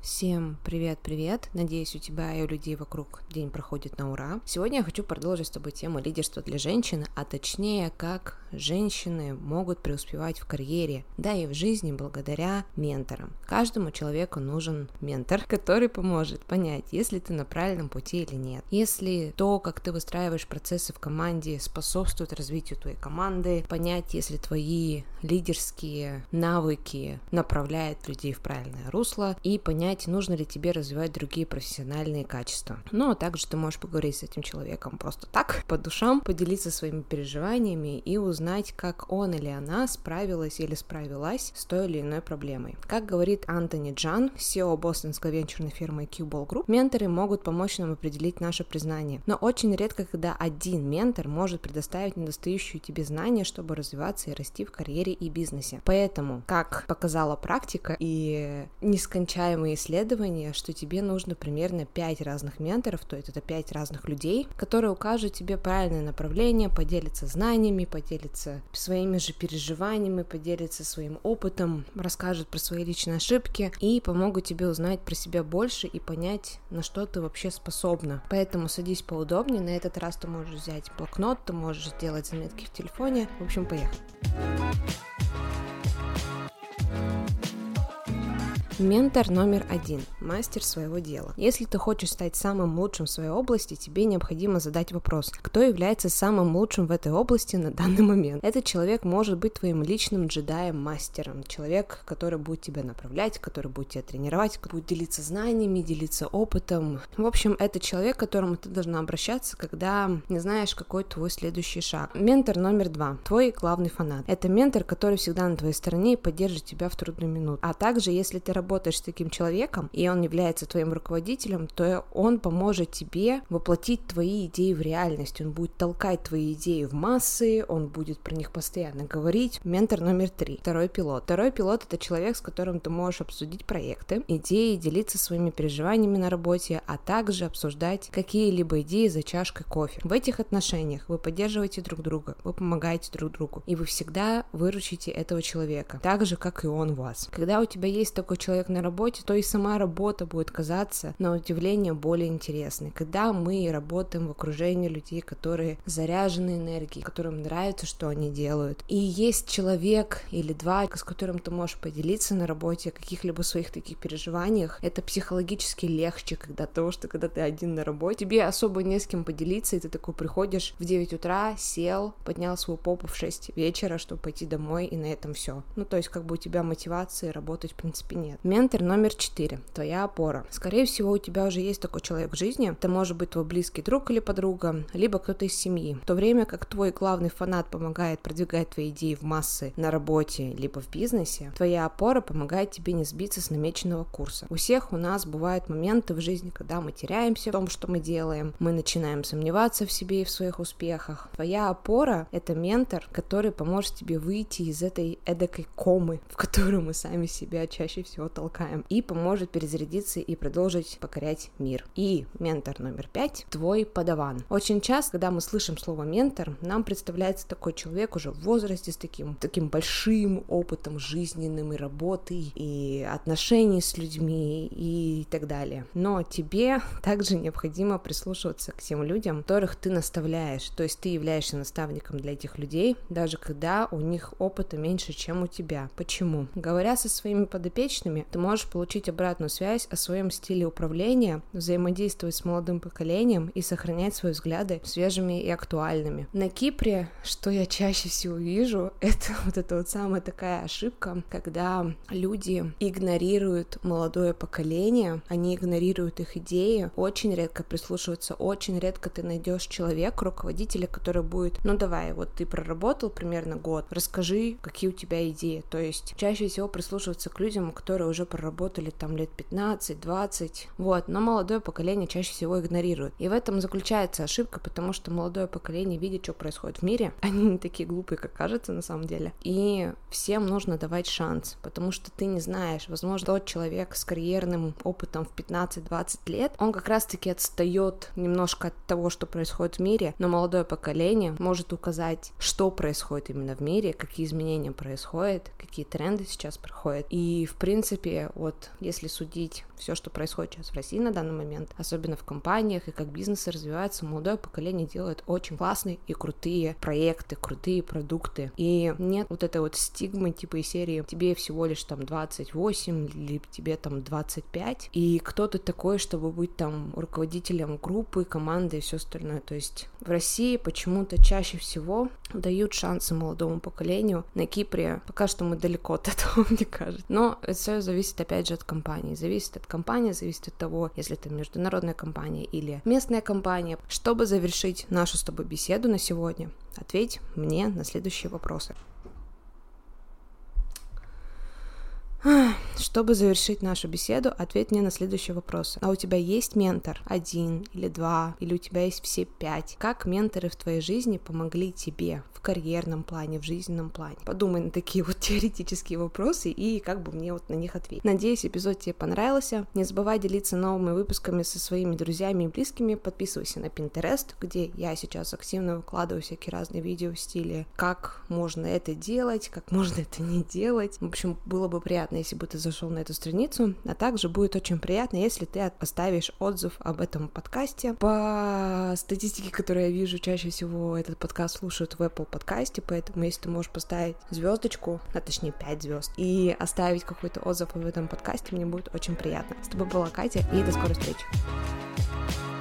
Всем привет-привет! Надеюсь, у тебя и у людей вокруг день проходит на ура. Сегодня я хочу продолжить с тобой тему лидерства для женщин, а точнее, как женщины могут преуспевать в карьере, да и в жизни благодаря менторам. Каждому человеку нужен ментор, который поможет понять, если ты на правильном пути или нет. Если то, как ты выстраиваешь процессы в команде, способствует развитию твоей команды, понять, если твои лидерские навыки направляют людей в правильное русло, и понять, нужно ли тебе развивать другие профессиональные качества. Ну, а также ты можешь поговорить с этим человеком просто так, по душам, поделиться своими переживаниями и узнать, как он или она справилась или справилась с той или иной проблемой. Как говорит Антони Джан, CEO бостонской венчурной фирмы Q-Ball Group, менторы могут помочь нам определить наше признание, но очень редко, когда один ментор может предоставить недостающие тебе знания, чтобы развиваться и расти в карьере и бизнесе. Поэтому, как показала практика и нескончаемые исследования, что тебе нужно примерно 5 разных менторов, то есть это 5 разных людей, которые укажут тебе правильное направление, поделятся знаниями, поделятся своими же переживаниями, поделятся своим опытом, расскажут про свои личные ошибки и помогут тебе узнать про себя больше и понять, на что ты вообще способна. Поэтому садись поудобнее, на этот раз ты можешь взять блокнот, ты можешь сделать заметки в телефоне, в общем, поехали. Ментор номер 1. Мастер своего дела. Если ты хочешь стать самым лучшим в своей области, тебе необходимо задать вопрос, кто является самым лучшим в этой области на данный момент. Этот человек может быть твоим личным джедаем-мастером, человек, который будет тебя направлять, который будет тебя тренировать, будет делиться знаниями, делиться опытом. В общем, это человек, к которому ты должна обращаться, когда не знаешь, какой твой следующий шаг. Ментор номер 2. Твой главный фанат. Это ментор, который всегда на твоей стороне и поддержит тебя в трудную минуту. А также, если ты работаешь с таким человеком, и он является твоим руководителем, то он поможет тебе воплотить твои идеи в реальность. Он будет толкать твои идеи в массы, он будет про них постоянно говорить. Ментор номер 3. Второй пилот. Второй пилот — это человек, с которым ты можешь обсудить проекты, идеи, делиться своими переживаниями на работе, а также обсуждать какие-либо идеи за чашкой кофе. В этих отношениях вы поддерживаете друг друга, вы помогаете друг другу, и вы всегда выручите этого человека, так же, как и он вас. Когда у тебя есть такой человек на работе, то и сама работа будет казаться, на удивление, более интересной. Когда мы работаем в окружении людей, которые заряжены энергией, которым нравится, что они делают, и есть человек или два, с которым ты можешь поделиться на работе о каких-либо своих таких переживаниях, это психологически легче, когда ты один на работе, тебе особо не с кем поделиться, и ты такой приходишь в 9 утра, сел, поднял свою попу в 6 вечера, чтобы пойти домой, и на этом все. Ну, то есть, как бы у тебя мотивации работать, в принципе, нет. Ментор номер 4. Твоя опора. Скорее всего, у тебя уже есть такой человек в жизни. Это может быть твой близкий друг или подруга, либо кто-то из семьи. В то время как твой главный фанат помогает продвигать твои идеи в массы на работе, либо в бизнесе, твоя опора помогает тебе не сбиться с намеченного курса. У всех у нас бывают моменты в жизни, когда мы теряемся в том, что мы делаем, мы начинаем сомневаться в себе и в своих успехах. Твоя опора — это ментор, который поможет тебе выйти из этой эдакой комы, в которую мы сами себя чаще всего толкаем, и поможет перезарядиться и продолжить покорять мир. И ментор номер 5 — твой подаван. Очень часто, когда мы слышим слово ментор, нам представляется такой человек уже в возрасте с таким большим опытом жизненным и работы, и отношений с людьми и так далее. Но тебе также необходимо прислушиваться к тем людям, которых ты наставляешь. То есть ты являешься наставником для этих людей, даже когда у них опыта меньше, чем у тебя. Почему? Говоря со своими подопечными, ты можешь получить обратную связь о своем стиле управления, взаимодействовать с молодым поколением и сохранять свои взгляды свежими и актуальными. На Кипре, что я чаще всего вижу, это самая такая ошибка, когда люди игнорируют молодое поколение, они игнорируют их идеи, очень редко прислушиваются, очень редко ты найдешь человека, руководителя, который будет: ну давай, вот ты проработал примерно год, расскажи, какие у тебя идеи. То есть чаще всего прислушиваться к людям, которые уже проработали там лет 15-20, вот, но молодое поколение чаще всего игнорирует. И в этом заключается ошибка, потому что молодое поколение видит, что происходит в мире, они не такие глупые, как кажется на самом деле, и всем нужно давать шанс, потому что ты не знаешь, возможно, тот человек с карьерным опытом в 15-20 лет, он как раз-таки отстает немножко от того, что происходит в мире, но молодое поколение может указать, что происходит именно в мире, какие изменения происходят, какие тренды сейчас проходят, и в принципе принципе, вот если судить все, что происходит сейчас в России на данный момент, особенно в компаниях и как бизнесы развиваются, молодое поколение делает очень классные и крутые проекты, крутые продукты. И нет вот этой вот стигмы типа из серии тебе всего лишь там 28 или тебе там 25, и кто ты такой, чтобы быть там руководителем группы, команды и все остальное. То есть в России почему-то чаще всего дают шансы молодому поколению. На Кипре пока что мы далеко от этого, мне кажется. Но это все зависит, опять же, от компании. Зависит от компании, зависит от того, если это международная компания или местная компания. Чтобы завершить нашу с тобой беседу на сегодня, ответь мне на следующие вопросы. Чтобы завершить нашу беседу, ответь мне на следующие вопросы. А у тебя есть ментор? 1 или 2? Или у тебя есть все 5? Как менторы в твоей жизни помогли тебе в карьерном плане, в жизненном плане? Подумай на такие вот теоретические вопросы и как бы мне вот на них ответить. Надеюсь, эпизод тебе понравился. Не забывай делиться новыми выпусками со своими друзьями и близкими. Подписывайся на Pinterest, где я сейчас активно выкладываю всякие разные видео в стиле как можно это делать, как можно это не делать. В общем, было бы приятно, если бы ты зашел на эту страницу, а также будет очень приятно, если ты оставишь отзыв об этом подкасте. По статистике, которую я вижу, чаще всего этот подкаст слушают в Apple подкасте, поэтому если ты можешь поставить звездочку, а точнее 5 звезд, и оставить какой-то отзыв об этом подкасте, мне будет очень приятно. С тобой была Катя, и до скорой встречи.